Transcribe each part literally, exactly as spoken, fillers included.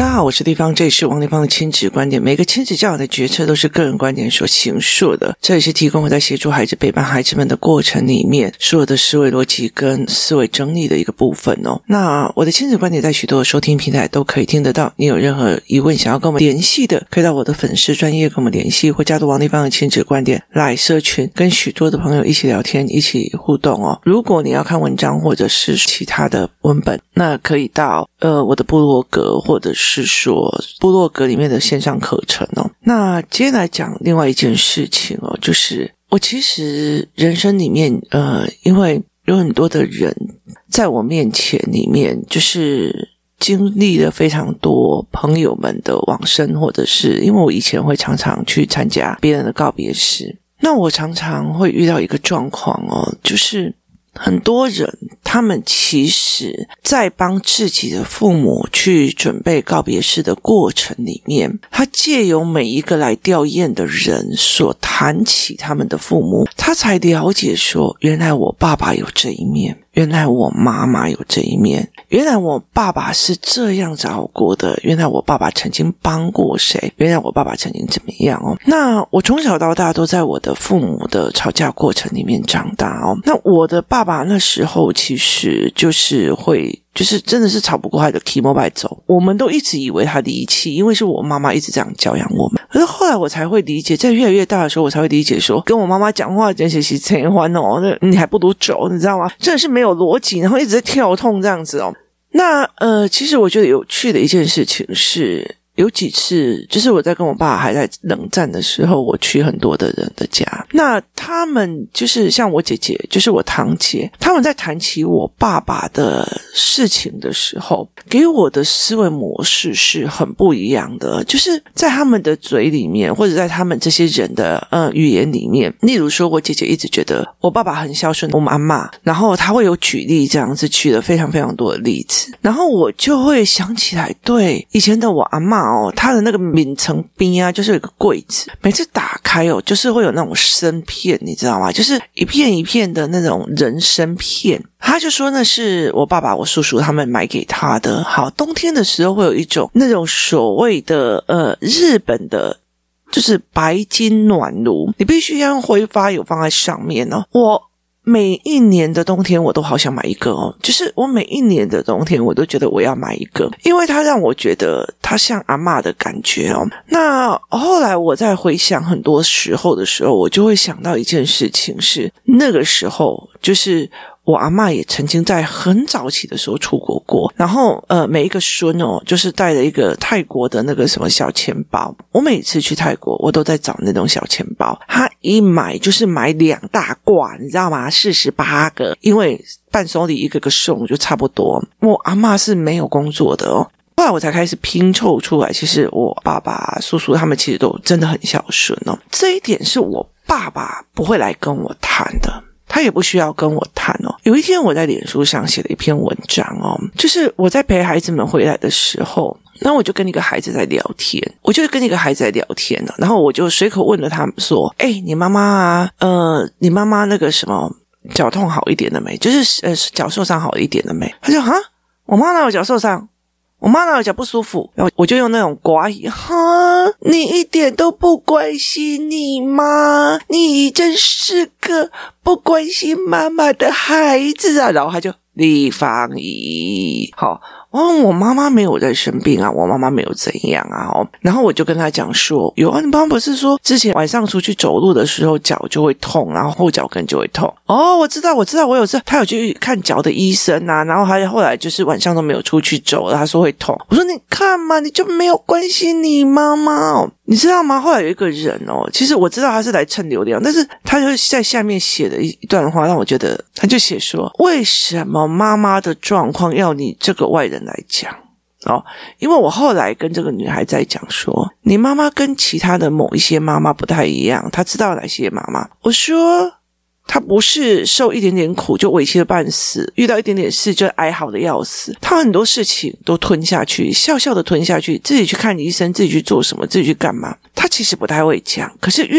大家好，我是地方，这里是王立芳的亲子观点。每个亲子教养的决策都是个人观点所形塑的，这也是提供我在协助孩子陪伴孩子们的过程里面所有的思维逻辑跟思维整理的一个部分哦。那我的亲子观点在许多的收听平台都可以听得到，你有任何疑问想要跟我们联系的，可以到我的粉丝专页跟我们联系，或加入王立芳的亲子观点来社群，跟许多的朋友一起聊天，一起互动哦。如果你要看文章或者是其他的文本，那可以到呃我的部落格，或者是是说部落格里面的线上课程哦。那接下来讲另外一件事情哦，就是我其实人生里面呃，因为有很多的人在我面前里面，就是经历了非常多朋友们的往生，或者是因为我以前会常常去参加别人的告别式，那我常常会遇到一个状况哦，就是很多人他们其实在帮自己的父母去准备告别式的过程里面，他借由每一个来吊唁的人所谈起他们的父母，他才了解说，原来我爸爸有这一面，原来我妈妈有这一面，原来我爸爸是这样子熬过的，原来我爸爸曾经帮过谁，原来我爸爸曾经怎么样哦。那我从小到大都在我的父母的吵架过程里面长大哦。那我的爸爸那时候其实就是会就是真的是吵不过他的 key mobile 走，我们都一直以为他离弃，因为是我妈妈一直这样教养我们。可是后来我才会理解，在越来越大的时候我才会理解说，跟我妈妈讲话真是是真欢哦，那你还不如走，你知道吗？真的是没有逻辑，然后一直在跳痛这样子哦。那呃，其实我觉得有趣的一件事情是，有几次就是我在跟我爸还在冷战的时候，我去很多的人的家，那他们就是像我姐姐，就是我堂姐，他们在谈起我爸爸的事情的时候，给我的思维模式是很不一样的，就是在他们的嘴里面，或者在他们这些人的呃语言里面，例如说我姐姐一直觉得我爸爸很孝顺我们阿嬷，然后他会有举例这样子，举了非常非常多的例子，然后我就会想起来，对，以前的我阿嬷哦，他的那个抿层边啊，就是有一个柜子，每次打开哦，就是会有那种参片，你知道吗？就是一片一片的那种人参片。他就说那是我爸爸我叔叔他们买给他的。好，冬天的时候会有一种那种所谓的呃日本的就是白金暖炉，你必须要用挥发油放在上面哦。我每一年的冬天我都好想买一个哦，就是我每一年的冬天我都觉得我要买一个，因为它让我觉得它像阿嬷的感觉哦。那后来我在回想很多时候的时候，我就会想到一件事情是，那个时候就是我阿嬷也曾经在很早期的时候出国过，然后呃，每一个孙哦，就是带了一个泰国的那个什么小钱包。我每次去泰国，我都在找那种小钱包，他一买就是买两大挂，你知道吗？四十八个，因为伴手礼一个个送就差不多。我阿嬷是没有工作的哦。后来我才开始拼凑出来，其实我爸爸、叔叔他们其实都真的很孝顺哦。这一点是我爸爸不会来跟我谈的。他也不需要跟我谈哦。有一天我在脸书上写了一篇文章哦，就是我在陪孩子们回来的时候，那我就跟一个孩子在聊天，我就跟一个孩子在聊天了，然后我就随口问了他们说：“哎、欸，你妈妈啊，呃，你妈妈那个什么脚痛好一点了没？就是呃脚受伤好一点了没？”他说：“哈，我妈哪有脚受伤？”我妈哪有脚不舒服，然后我就用那种寡语，哈，你一点都不关心你妈，你真是个不关心妈妈的孩子啊！然后他就立方姨，好。哦，我妈妈没有在生病啊，我妈妈没有怎样啊哦。然后我就跟他讲说，有啊，你妈妈不是说之前晚上出去走路的时候脚就会痛，然后后脚跟就会痛。哦，我知道，我知道，我有知道，他有去看脚的医生啊，然后他后来就是晚上都没有出去走了，他说会痛。我说你看嘛，你就没有关心你妈妈哦。你知道吗？后来有一个人哦，其实我知道他是来蹭流量，但是他就在下面写了一段话，让我觉得他就写说，为什么妈妈的状况要你这个外人来讲哦？因为我后来跟这个女孩在讲说，你妈妈跟其他的某一些妈妈不太一样，她知道哪些妈妈？我说他不是受一点点苦就委屈的半死，遇到一点点事就哀嚎的要死，他很多事情都吞下去，笑笑的吞下去，自己去看医生，自己去做什么，自己去干嘛，他其实不太会讲。可是越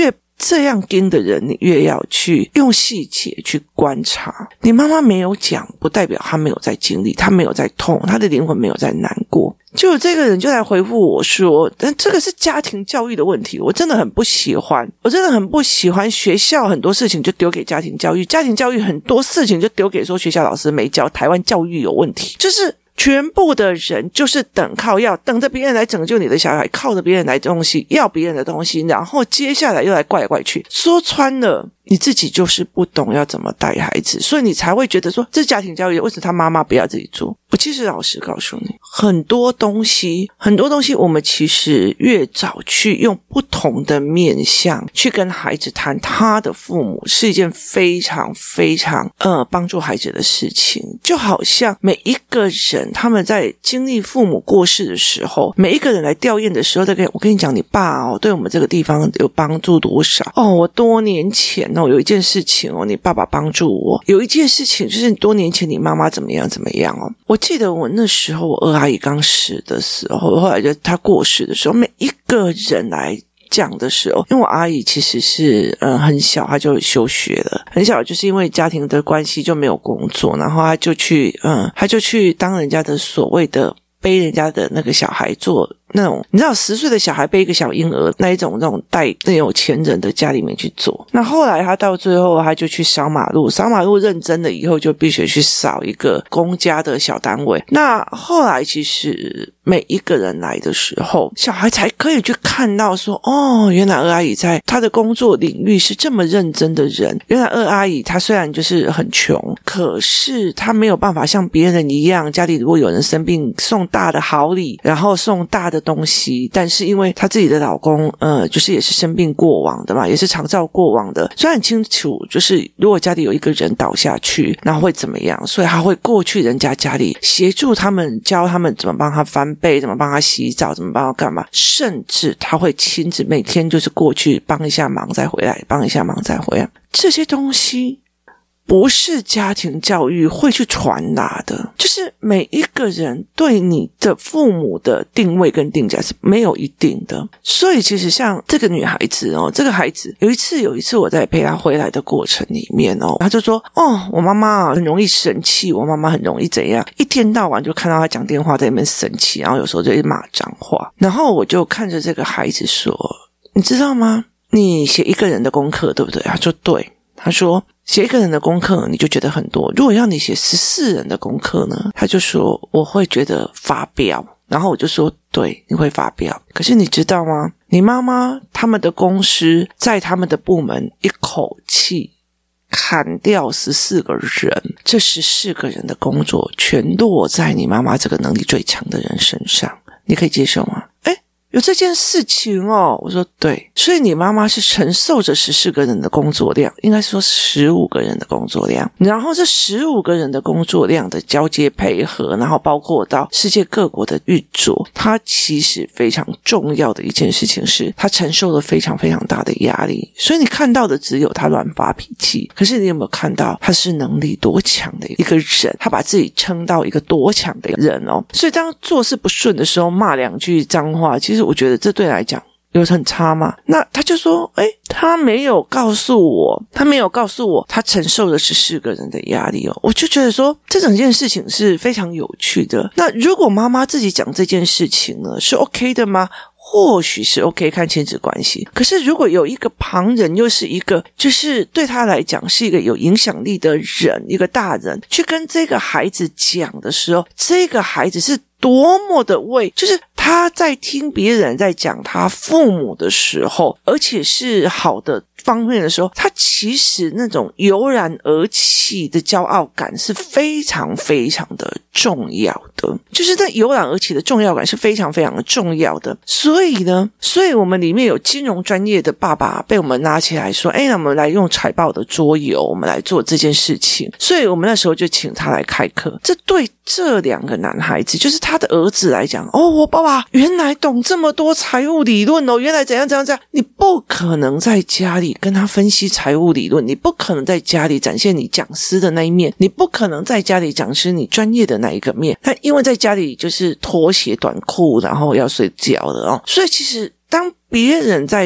这样盯的人，你越要去用细节去观察。你妈妈没有讲，不代表她没有在经历，她没有在痛，她的灵魂没有在难过。就有这个人就来回复我说，但这个是家庭教育的问题，我真的很不喜欢，我真的很不喜欢学校很多事情就丢给家庭教育，家庭教育很多事情就丢给说学校老师没教，台湾教育有问题，就是全部的人就是等靠要等着别人来拯救你的小孩，靠着别人来东西，要别人的东西，然后接下来又来怪来怪去。说穿了，你自己就是不懂要怎么带孩子，所以你才会觉得说这是家庭教育，为什么他妈妈不要自己做？我其实老实告诉你，很多东西很多东西我们其实越早去用不同的面向去跟孩子谈他的父母，是一件非常非常呃帮助孩子的事情。就好像每一个人他们在经历父母过世的时候，每一个人来吊唁的时候，我跟你讲，你爸哦对我们这个地方有帮助多少哦，我多年前哦有一件事情哦，你爸爸帮助我，有一件事情就是多年前你妈妈怎么样怎么样哦。我记得我那时候我二阿姨刚死的时候，后来就她过世的时候，每一个人来讲的时候，因为我阿姨其实是呃很小她就休学了，很小就是因为家庭的关系就没有工作，然后她就去嗯她就去当人家的所谓的背人家的那个小孩做那种，你知道十岁的小孩背一个小婴儿那一种那种带那有钱人的家里面去做。那后来他到最后他就去扫马路，扫马路认真了以后就必须去扫一个公家的小单位。那后来其实每一个人来的时候，小孩才可以去看到说，哦，原来二阿姨在她的工作领域是这么认真的人，原来二阿姨她虽然就是很穷，可是她没有办法像别人一样，家里如果有人生病送大的好礼，然后送大的东西，但是因为她自己的老公呃，就是也是生病过往的嘛，也是长照过往的，虽然很清楚就是如果家里有一个人倒下去然后会怎么样，所以她会过去人家家里协助他们，教他们怎么帮他翻被，怎么帮他洗澡，怎么帮他干嘛，甚至他会亲自每天就是过去帮一下忙再回来，帮一下忙再回来。这些东西不是家庭教育会去传达的，就是每一个人对你的父母的定位跟定价是没有一定的。所以其实像这个女孩子哦，这个孩子有一次有一次我在陪她回来的过程里面哦，她就说哦，我妈妈很容易生气，我妈妈很容易怎样，一天到晚就看到她讲电话在那边生气，然后有时候就骂脏话。然后我就看着这个孩子说，你知道吗？你写一个人的功课对不对？她说对。他说写一个人的功课你就觉得很多，如果要你写十四人的功课呢？他就说我会觉得发飙。然后我就说对，你会发飙。可是你知道吗？你妈妈他们的公司在他们的部门一口气砍掉十四个人，这十四个人的工作全落在你妈妈这个能力最强的人身上，你可以接受吗？诶有这件事情哦，我说对，所以你妈妈是承受着十四个人的工作量，应该说十五个人的工作量，然后这十五个人的工作量的交接配合，然后包括到世界各国的运作，它其实非常重要的一件事情是，它承受了非常非常大的压力，所以你看到的只有他乱发脾气，可是你有没有看到他是能力多强的一个人，他把自己撑到一个多强的人哦，所以当做事不顺的时候骂两句脏话，其实我觉得这对来讲有很差吗？那他就说诶他没有告诉我他没有告诉我他承受的是四个人的压力哦，我就觉得说这整件事情是非常有趣的。那如果妈妈自己讲这件事情呢是 OK 的吗？或许是 OK 看亲子关系，可是如果有一个旁人又是一个就是对他来讲是一个有影响力的人，一个大人去跟这个孩子讲的时候，这个孩子是多么的为就是他在听别人在讲他父母的时候，而且是好的方面的时候，他其实那种油然而起的骄傲感是非常非常的重要的，就是那油然而起的重要感是非常非常的重要的。所以呢，所以我们里面有金融专业的爸爸被我们拉起来说，诶那我们来用财报的桌游，我们来做这件事情，所以我们那时候就请他来开课。这对这两个男孩子就是他的儿子来讲，哦，我爸爸原来懂这么多财务理论哦，原来怎样怎样怎样，你不可能在家里跟他分析财务理论，你不可能在家里展现你讲师的那一面，你不可能在家里讲师你专业的那一个面，那因为在家里就是拖鞋短裤然后要睡觉的哦，所以其实当别人在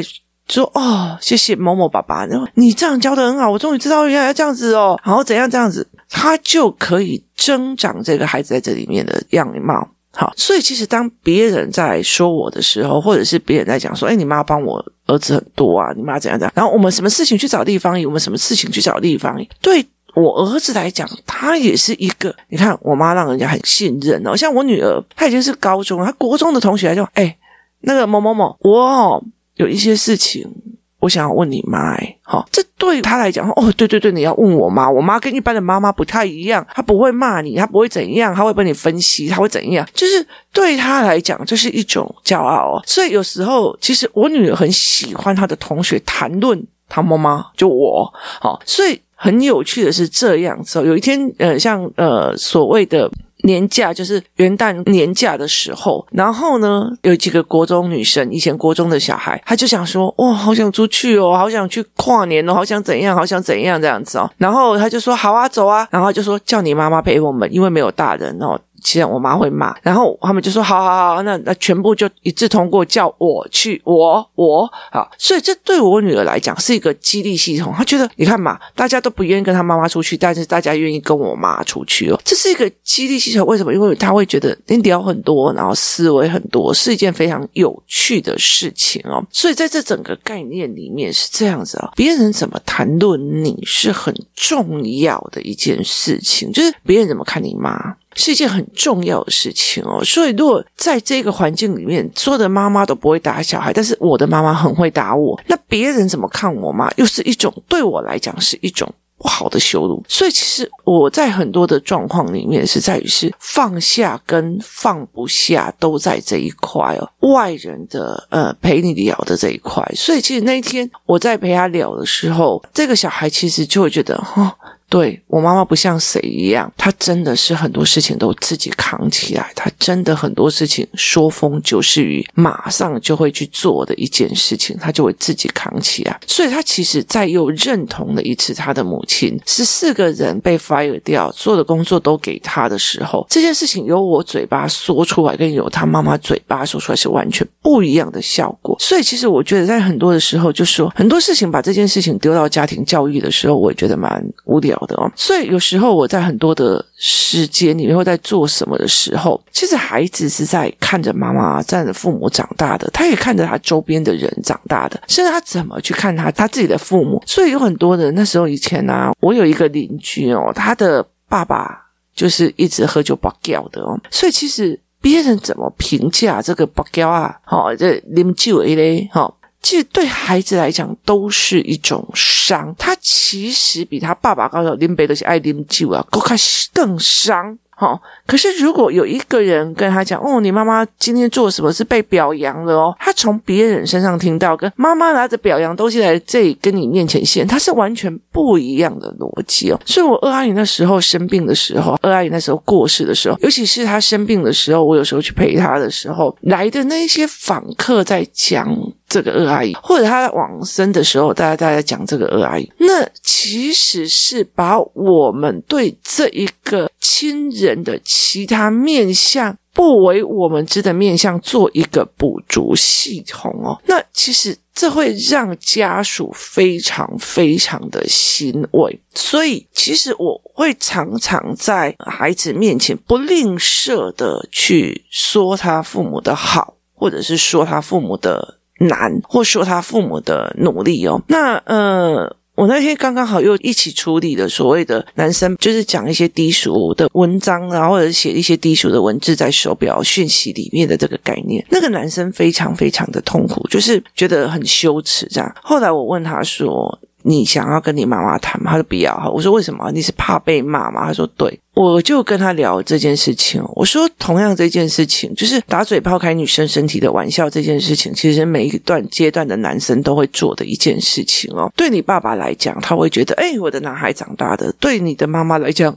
说哦，谢谢某某爸爸，然后你这样教得很好，我终于知道原来要这样子哦，然后怎样这样子，他就可以增长这个孩子在这里面的样貌。好，所以其实当别人在说我的时候，或者是别人在讲说，哎，你妈帮我儿子很多啊，你妈怎样怎样，然后我们什么事情去找地方我们什么事情去找地方对我儿子来讲，他也是一个，你看我妈让人家很信任哦，像我女儿，她已经是高中了，她国中的同学来说，哎，那个某某某，我哦有一些事情我想要问你妈，哎，好、哦，这对他来讲，哦，对对对，你要问我妈，我妈跟一般的妈妈不太一样，她不会骂你，她不会怎样，她会帮你分析，她会怎样，就是对她来讲，这是一种骄傲哦。所以有时候，其实我女儿很喜欢她的同学谈论她妈妈，就我，好、哦，所以很有趣的是这样子、哦，有一天，呃，像呃所谓的年假，就是元旦年假的时候，然后呢有几个国中女生，以前国中的小孩，他就想说哇、哦、好想出去哦，好想去跨年哦，好想怎样好想怎样这样子哦，然后他就说好啊走啊，然后就说叫你妈妈陪我们，因为没有大人哦，其实我妈会骂，然后他们就说好好好，那那全部就一致通过叫我去，我我好，所以这对我女儿来讲是一个激励系统，她觉得你看嘛，大家都不愿意跟她妈妈出去，但是大家愿意跟我妈出去哦，这是一个激励系统。为什么？因为她会觉得你聊很多，然后思维很多，是一件非常有趣的事情哦。所以在这整个概念里面是这样子哦，别人怎么谈论你是很重要的一件事情，就是别人怎么看你妈是一件很重要的事情哦，所以如果在这个环境里面，所有的妈妈都不会打小孩，但是我的妈妈很会打我，那别人怎么看我妈，又是一种对我来讲是一种不好的羞辱。所以其实我在很多的状况里面是在于是放下跟放不下都在这一块哦，外人的呃陪你聊的这一块。所以其实那一天我在陪他聊的时候，这个小孩其实就会觉得哦，对，我妈妈不像谁一样，她真的是很多事情都自己扛起来，她真的很多事情说风就是雨，马上就会去做的一件事情，她就会自己扛起来。所以她其实在又认同了一次她的母亲十四个人被 fire 掉，所有的工作都给她的时候，这件事情由我嘴巴说出来跟由她妈妈嘴巴说出来是完全不一样的效果。所以其实我觉得在很多的时候，就说很多事情把这件事情丢到家庭教育的时候，我也觉得蛮无聊的哦。所以有时候我在很多的时间里面会在做什么的时候，其实孩子是在看着妈妈站着父母长大的，他也看着他周边的人长大的，甚至他怎么去看他他自己的父母。所以有很多人那时候以前啊，我有一个邻居哦，他的爸爸就是一直喝酒爆掉的哦，所以其实别人怎么评价这个爆掉啊，好、哦，这啉酒的咧，好、哦。其实对孩子来讲都是一种伤，他其实比他爸爸告诉林北都是爱啉酒啊，更伤。好，可是如果有一个人跟他讲，哦，你妈妈今天做什么是被表扬了哦，他从别人身上听到跟妈妈拿着表扬东西来这里跟你面前现，他是完全不一样的逻辑哦。所以我二阿姨那时候生病的时候，二阿姨那时候过世的时候，尤其是她生病的时候，我有时候去陪她的时候，来的那些访客在讲这个二阿姨，或者她往生的时候，大家大家讲这个二阿姨，那其实是把我们对这一个亲人的其他面向不为我们知的面向做一个补足系统哦。那其实这会让家属非常非常的欣慰，所以其实我会常常在孩子面前不吝啬的去说他父母的好，或者是说他父母的难，或说他父母的努力哦。那呃我那天刚刚好又一起处理了所谓的男生就是讲一些低俗的文章啊，或者写一些低俗的文字在手表讯息里面的这个概念，那个男生非常非常的痛苦，就是觉得很羞耻这样。后来我问他说你想要跟你妈妈谈吗？他说不要。我说为什么？你是怕被骂吗？他说对。我就跟他聊这件事情，我说同样这件事情就是打嘴炮开女生身体的玩笑，这件事情其实每一段阶段的男生都会做的一件事情哦。对你爸爸来讲他会觉得哎，我的男孩长大的，对你的妈妈来讲哎，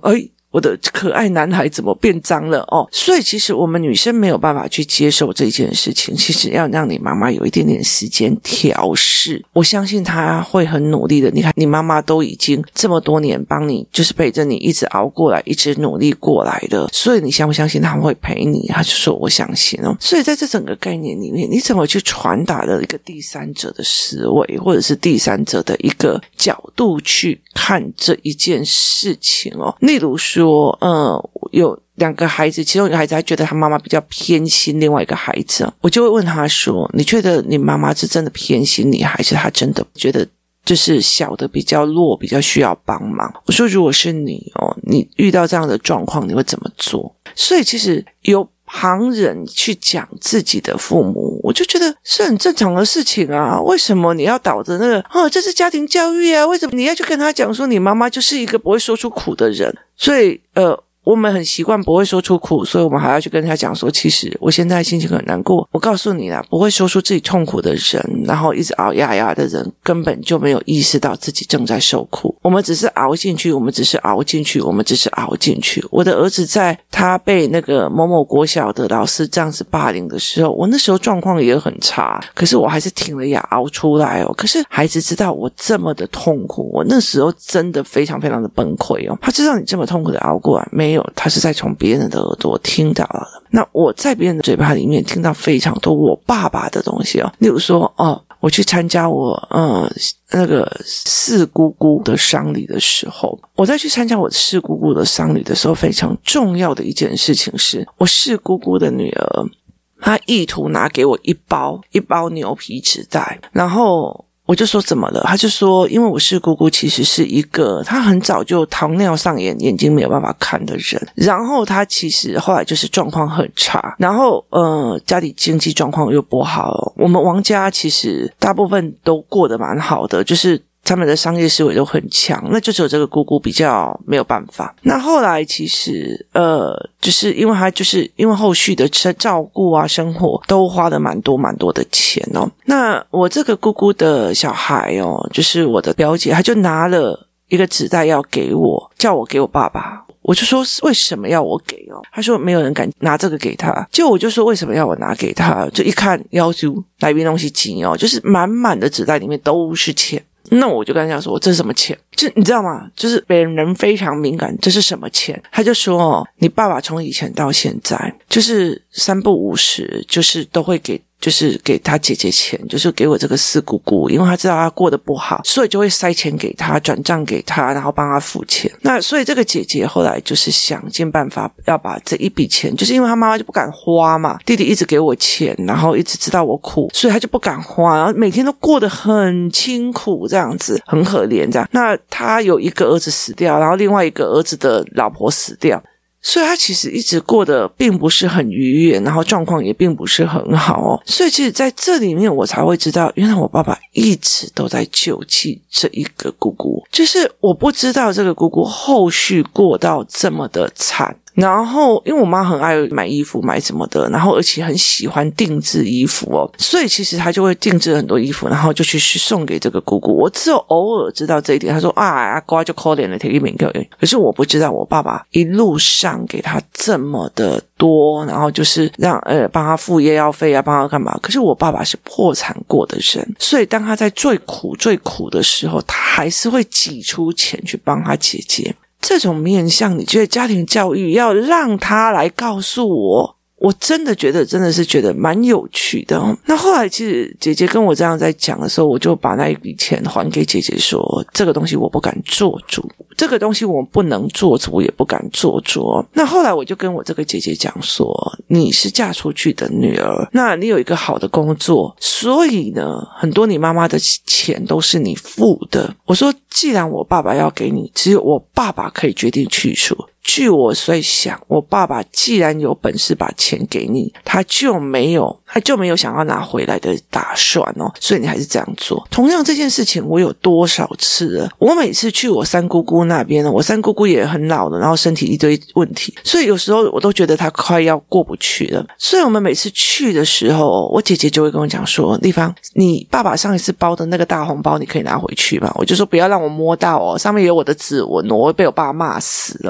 我的可爱男孩怎么变脏了哦？所以其实我们女生没有办法去接受这件事情，其实要让你妈妈有一点点时间调试，我相信她会很努力的。你看你妈妈都已经这么多年帮你，就是陪着你一直熬过来，一直努力过来的，所以你相不相信她会陪你？她就说我相信哦。所以在这整个概念里面，你怎么去传达了一个第三者的思维，或者是第三者的一个角度去看这一件事情哦？例如说说呃有两个孩子，其中一个孩子还觉得他妈妈比较偏心另外一个孩子，我就会问他说，你觉得你妈妈是真的偏心你，还是他真的觉得就是小的比较弱，比较需要帮忙？我说如果是你哦，你遇到这样的状况你会怎么做？所以其实有旁人去讲自己的父母，我就觉得是很正常的事情啊。为什么你要导着那个哦，这是家庭教育啊？为什么你要去跟他讲说你妈妈就是一个不会说出苦的人？所以呃我们很习惯不会说出苦，所以我们还要去跟他讲说，其实我现在心情很难过。我告诉你啦，不会说出自己痛苦的人，然后一直熬压压的人，根本就没有意识到自己正在受苦。我们只是熬进去，我们只是熬进去，我们只是熬进去。我的儿子在他被那个某某国小的老师这样子霸凌的时候，我那时候状况也很差，可是我还是挺了牙熬出来哦。可是孩子知道我这么的痛苦，我那时候真的非常非常的崩溃哦。他知道你这么痛苦的熬过来，没有，他是在从别人的耳朵听到了的。那我在别人的嘴巴里面听到非常多我爸爸的东西哦，例如说哦，我去参加我呃那个四姑姑的丧礼的时候，我在去参加我四姑姑的丧礼的时候，非常重要的一件事情是，我四姑姑的女儿，她意图拿给我一包一包牛皮纸袋，然后我就说怎么了？他就说因为我四姑姑其实是一个她很早就糖尿上眼，眼睛没有办法看的人，然后她其实后来就是状况很差，然后呃家里经济状况又不好，我们王家其实大部分都过得蛮好的，就是他们的商业思维都很强，那就只有这个姑姑比较没有办法。那后来其实呃就是因为她就是因为后续的照顾啊生活都花了蛮多蛮多的钱哦。那我这个姑姑的小孩哦，就是我的表姐，她就拿了一个纸袋要给我，叫我给我爸爸。我就说为什么要我给哦？他说没有人敢拿这个给他。就我就说为什么要我拿给他？就一看要求来宾东西紧哦，就是满满的纸袋里面都是钱。那我就跟他讲说这是什么钱，就你知道吗，就是别人非常敏感，这是什么钱。他就说哦，你爸爸从以前到现在就是三不五时就是都会给就是给他姐姐钱，就是给我这个四姑姑，因为他知道他过得不好，所以就会塞钱给他，转账给他，然后帮他付钱。那所以这个姐姐后来就是想尽办法要把这一笔钱，就是因为他妈妈就不敢花嘛，弟弟一直给我钱，然后一直知道我苦，所以他就不敢花，然后每天都过得很清苦这样子，很可怜这样。那他有一个儿子死掉，然后另外一个儿子的老婆死掉，所以他其实一直过得并不是很愉悦，然后状况也并不是很好哦。所以其实在这里面我才会知道，原来我爸爸一直都在救济这一个姑姑，就是我不知道这个姑姑后续过到这么的惨。然后因为我妈很爱买衣服买什么的，然后而且很喜欢定制衣服哦，所以其实她就会定制很多衣服，然后就去送给这个姑姑。我只有偶尔知道这一点，她说啊阿瓜就可怜了提一名个，可是我不知道我爸爸一路上给她这么的多，然后就是让呃帮他付医药费啊，帮他干嘛。可是我爸爸是破产过的人，所以当他在最苦最苦的时候，他还是会挤出钱去帮他姐姐。这种面向，你觉得家庭教育要让他来告诉我，我真的觉得真的是觉得蛮有趣的哦。那后来其实姐姐跟我这样在讲的时候，我就把那一笔钱还给姐姐说，这个东西我不敢做主，这个东西我不能做主，也不敢做主。那后来我就跟我这个姐姐讲说，你是嫁出去的女儿，那你有一个好的工作，所以呢很多你妈妈的钱都是你付的。我说既然我爸爸要给你，只有我爸爸可以决定去处。据我所想，我爸爸既然有本事把钱给你，他就没有他就没有想要拿回来的打算哦，所以你还是这样做。同样这件事情我有多少次了，我每次去我三姑姑那边呢，我三姑姑也很老了，然后身体一堆问题，所以有时候我都觉得她快要过不去了。所以我们每次去的时候，我姐姐就会跟我讲说，丽芳，你爸爸上一次包的那个大红包你可以拿回去吗？我就说不要让我摸到哦，上面有我的指纹，我会被我爸骂死了哦。所以其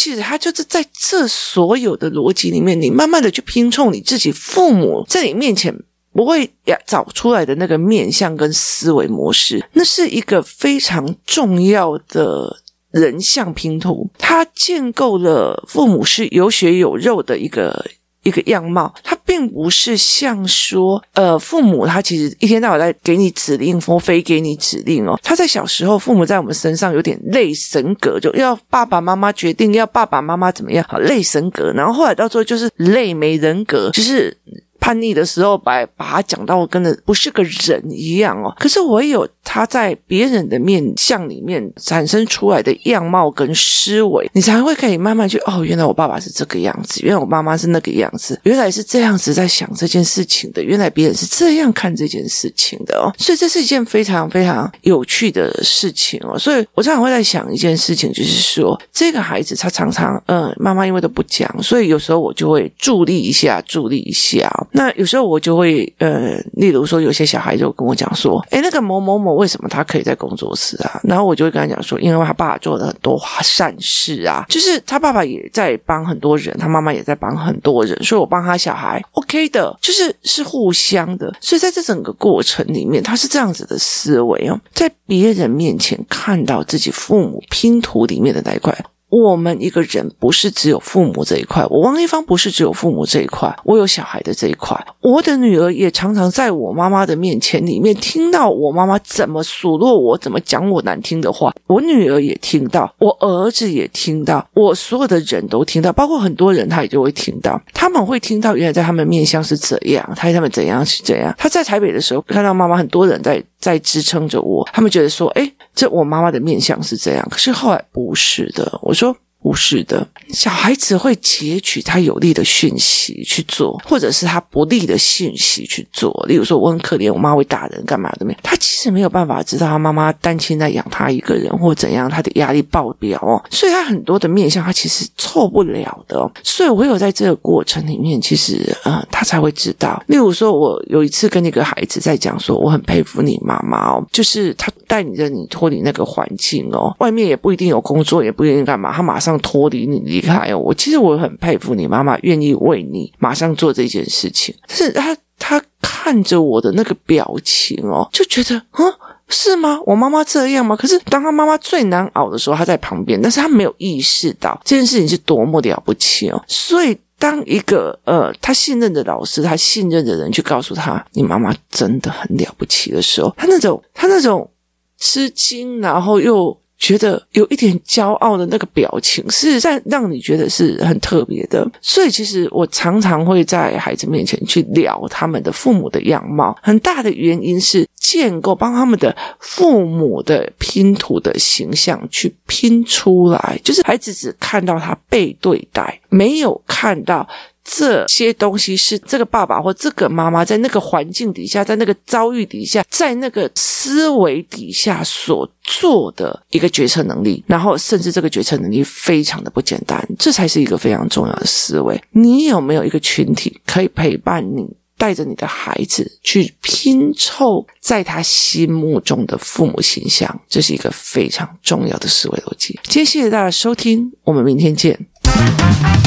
其实它就是在这所有的逻辑里面，你慢慢的去拼凑你自己父母在你面前不会找出来的那个面向跟思维模式，那是一个非常重要的人像拼图，它建构了父母是有血有肉的一个一个样貌，它并不是像说呃，父母他其实一天到晚在给你指令或非给你指令哦。他在小时候父母在我们身上有点类神格，就要爸爸妈妈决定，要爸爸妈妈怎么样，好类神格，然后后来到最后就是类没人格，就是叛逆的时候把把他讲到跟的不是个人一样哦。可是唯有他在别人的面相里面产生出来的样貌跟思维，你才会可以慢慢去哦，原来我爸爸是这个样子，原来我妈妈是那个样子，原来是这样子在想这件事情的，原来别人是这样看这件事情的哦。所以这是一件非常非常有趣的事情哦。所以我常常会在想一件事情，就是说这个孩子他常常嗯，妈妈因为都不讲，所以有时候我就会助力一下助力一下哦。那有时候我就会呃，例如说有些小孩就跟我讲说，诶，那个某某某为什么他可以在工作室啊？然后我就会跟他讲说，因为他爸爸做了很多善事啊，就是他爸爸也在帮很多人，他妈妈也在帮很多人，所以我帮他小孩 OK 的，就是是互相的。所以在这整个过程里面，他是这样子的思维哦，在别人面前看到自己父母拼图里面的那一块。我们一个人不是只有父母这一块，我王一芳不是只有父母这一块，我有小孩的这一块。我的女儿也常常在我妈妈的面前里面听到我妈妈怎么数落我，怎么讲我难听的话，我女儿也听到，我儿子也听到，我所有的人都听到，包括很多人他也就会听到，他们会听到原来在他们面向是怎样，他他们怎样是怎样。他在台北的时候看到妈妈很多人在在支撑着我，他们觉得说诶，这我妈妈的面向是这样，可是后来不是的。我说不是的，小孩子会截取他有利的讯息去做，或者是他不利的讯息去做。例如说我很可怜，我妈会打人干嘛的，他其实没有办法知道他妈妈单亲在养他一个人或怎样，他的压力爆表哦，所以他很多的面向他其实凑不了的哦。所以我有在这个过程里面，其实呃他才会知道。例如说我有一次跟一个孩子在讲说，我很佩服你妈妈哦，就是他带你着你脱离那个环境哦，外面也不一定有工作，也不一定干嘛，他马上脱离你离开哦。我其实我很佩服你妈妈愿意为你马上做这件事情，但是他他看着我的那个表情哦，就觉得嗯，是吗？我妈妈这样吗？可是当他妈妈最难熬的时候，他在旁边，但是他没有意识到这件事情是多么了不起哦。所以当一个呃他信任的老师，他信任的人去告诉他你妈妈真的很了不起的时候，他那种他那种吃惊，然后又觉得有一点骄傲的那个表情，是在让你觉得是很特别的。所以其实我常常会在孩子面前去聊他们的父母的样貌，很大的原因是建构帮他们的父母的拼图的形象去拼出来，就是孩子只看到他被对待，没有看到这些东西是这个爸爸或这个妈妈在那个环境底下，在那个遭遇底下，在那个思维底下所做的一个决策能力，然后甚至这个决策能力非常的不简单，这才是一个非常重要的思维。你有没有一个群体可以陪伴你，带着你的孩子去拼凑在他心目中的父母形象，这是一个非常重要的思维逻辑。今天谢谢大家收听，我们明天见。